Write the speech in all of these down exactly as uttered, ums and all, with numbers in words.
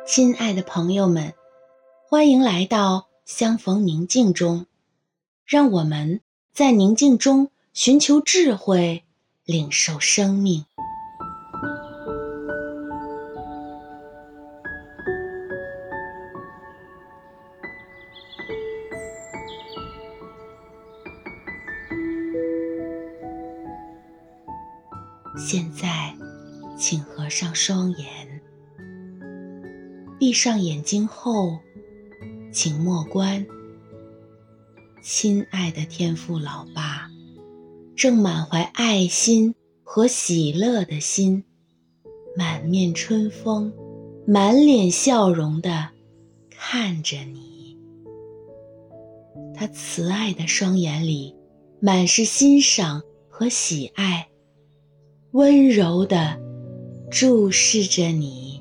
亲爱的朋友们，欢迎来到相逢宁静中，让我们在宁静中寻求智慧，领受生命。现在，请合上双眼，闭上眼睛后，请默观。亲爱的天父老爸，正满怀爱心和喜乐的心，满面春风，满脸笑容地看着你。他慈爱的双眼里满是欣赏和喜爱，温柔地注视着你。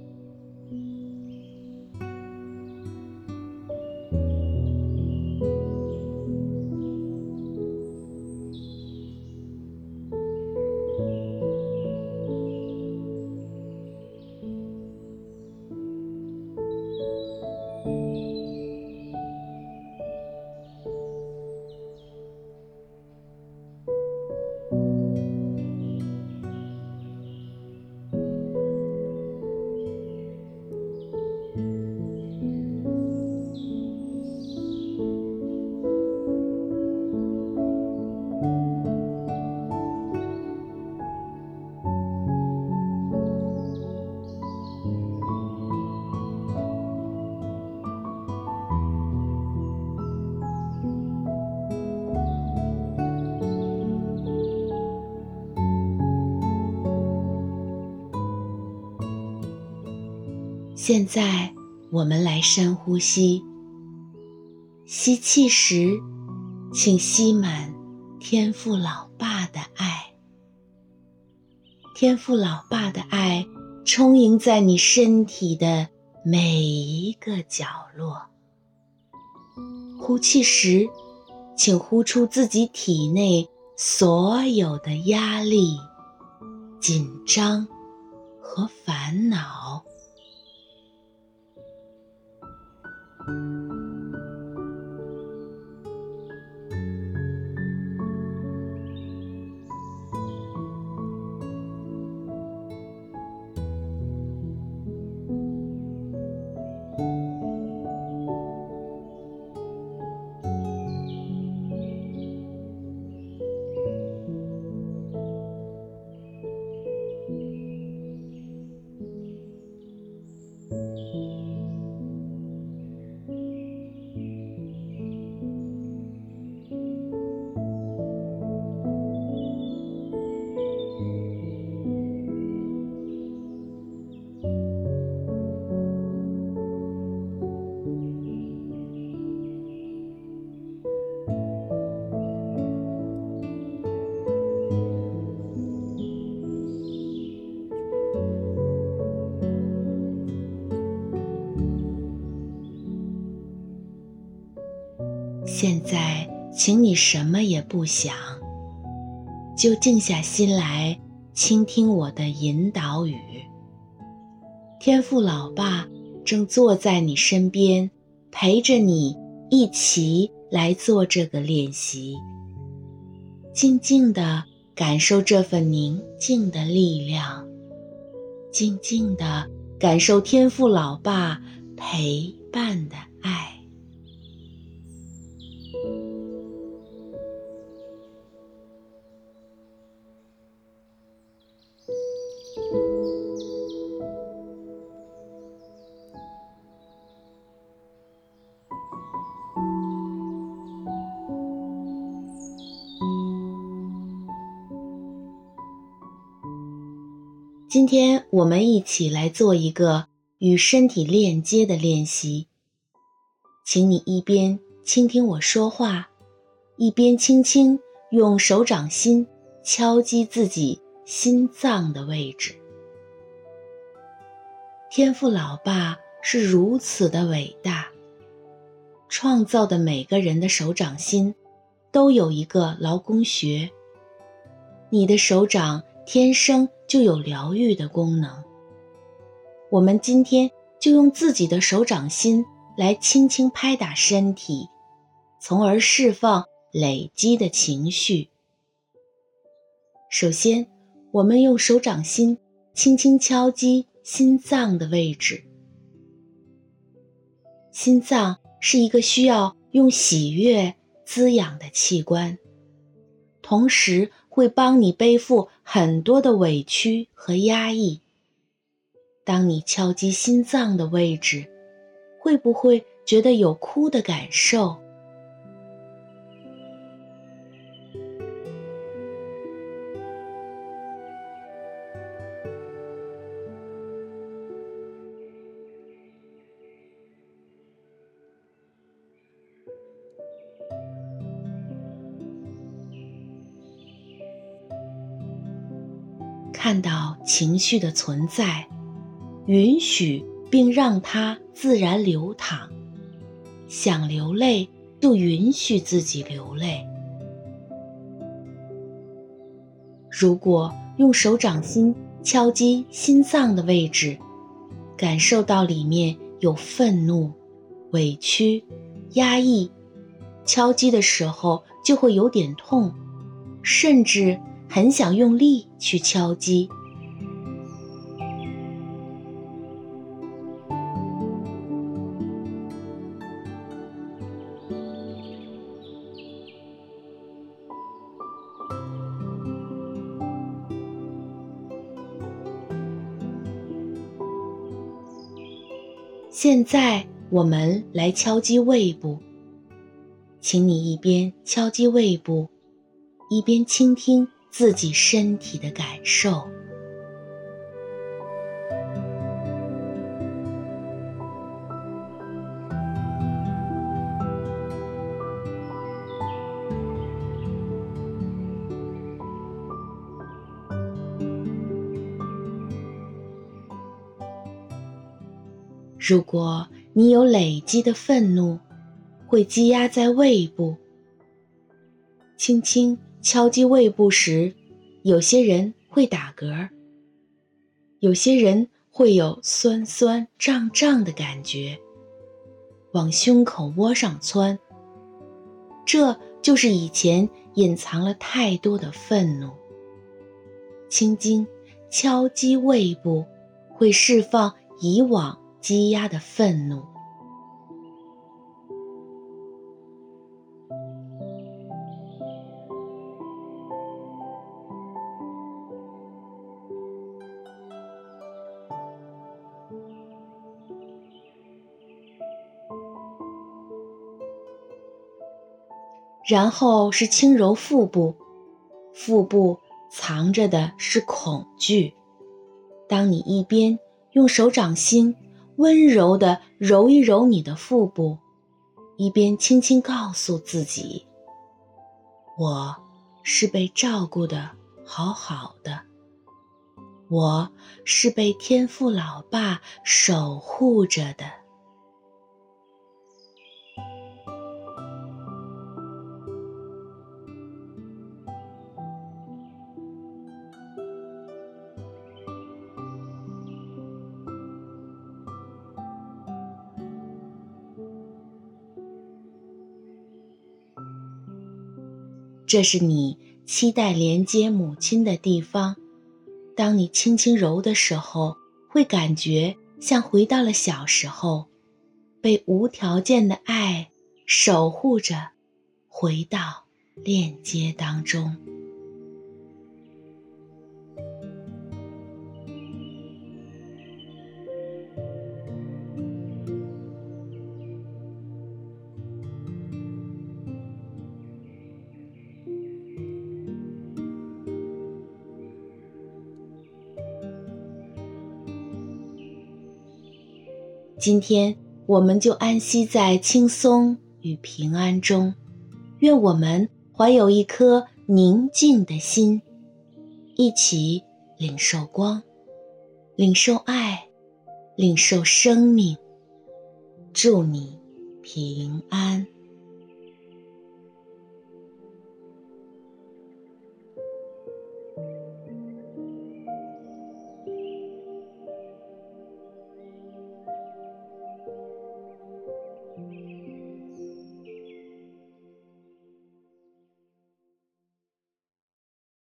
现在我们来深呼吸，吸气时，请吸满天父老爸的爱。天父老爸的爱充盈在你身体的每一个角落。呼气时，请呼出自己体内所有的压力、紧张和烦恼。现在，请你什么也不想，就静下心来倾听我的引导语。天父老爸正坐在你身边，陪着你一起来做这个练习。静静地感受这份宁静的力量，静静地感受天父老爸陪伴的爱。今天我们一起来做一个与身体链接的练习，请你一边倾听我说话，一边轻轻用手掌心敲击自己心脏的位置。天父老爸是如此的伟大，创造的每个人的手掌心都有一个劳宫穴，你的手掌天生就有疗愈的功能。我们今天就用自己的手掌心来轻轻拍打身体，从而释放累积的情绪。首先，我们用手掌心轻轻敲击心脏的位置。心脏是一个需要用喜悦滋养的器官，同时会帮你背负很多的委屈和压抑。当你敲击心脏的位置，会不会觉得有哭的感受？看到情绪的存在，允许并让它自然流淌，想流泪就允许自己流泪。如果用手掌心敲击心脏的位置，感受到里面有愤怒、委屈、压抑，敲击的时候就会有点痛，甚至很想用力去敲击。现在我们来敲击胃部，请你一边敲击胃部，一边倾听自己身体的感受。如果你有累积的愤怒，会积压在胃部，轻轻敲击胃部时，有些人会打嗝，有些人会有酸酸胀胀的感觉，往胸口窝上窜，这就是以前隐藏了太多的愤怒。轻轻敲击胃部，会释放以往积压的愤怒。然后是轻揉腹部，腹部藏着的是恐惧。当你一边用手掌心温柔地揉一揉你的腹部，一边轻轻告诉自己，我是被照顾得好好的，我是被天父老爸守护着的。这是你期待连接母亲的地方，当你轻轻揉的时候，会感觉像回到了小时候，被无条件的爱守护着，回到链接当中。今天我们就安息在轻松与平安中，愿我们怀有一颗宁静的心，一起领受光，领受爱，领受生命。祝你平安。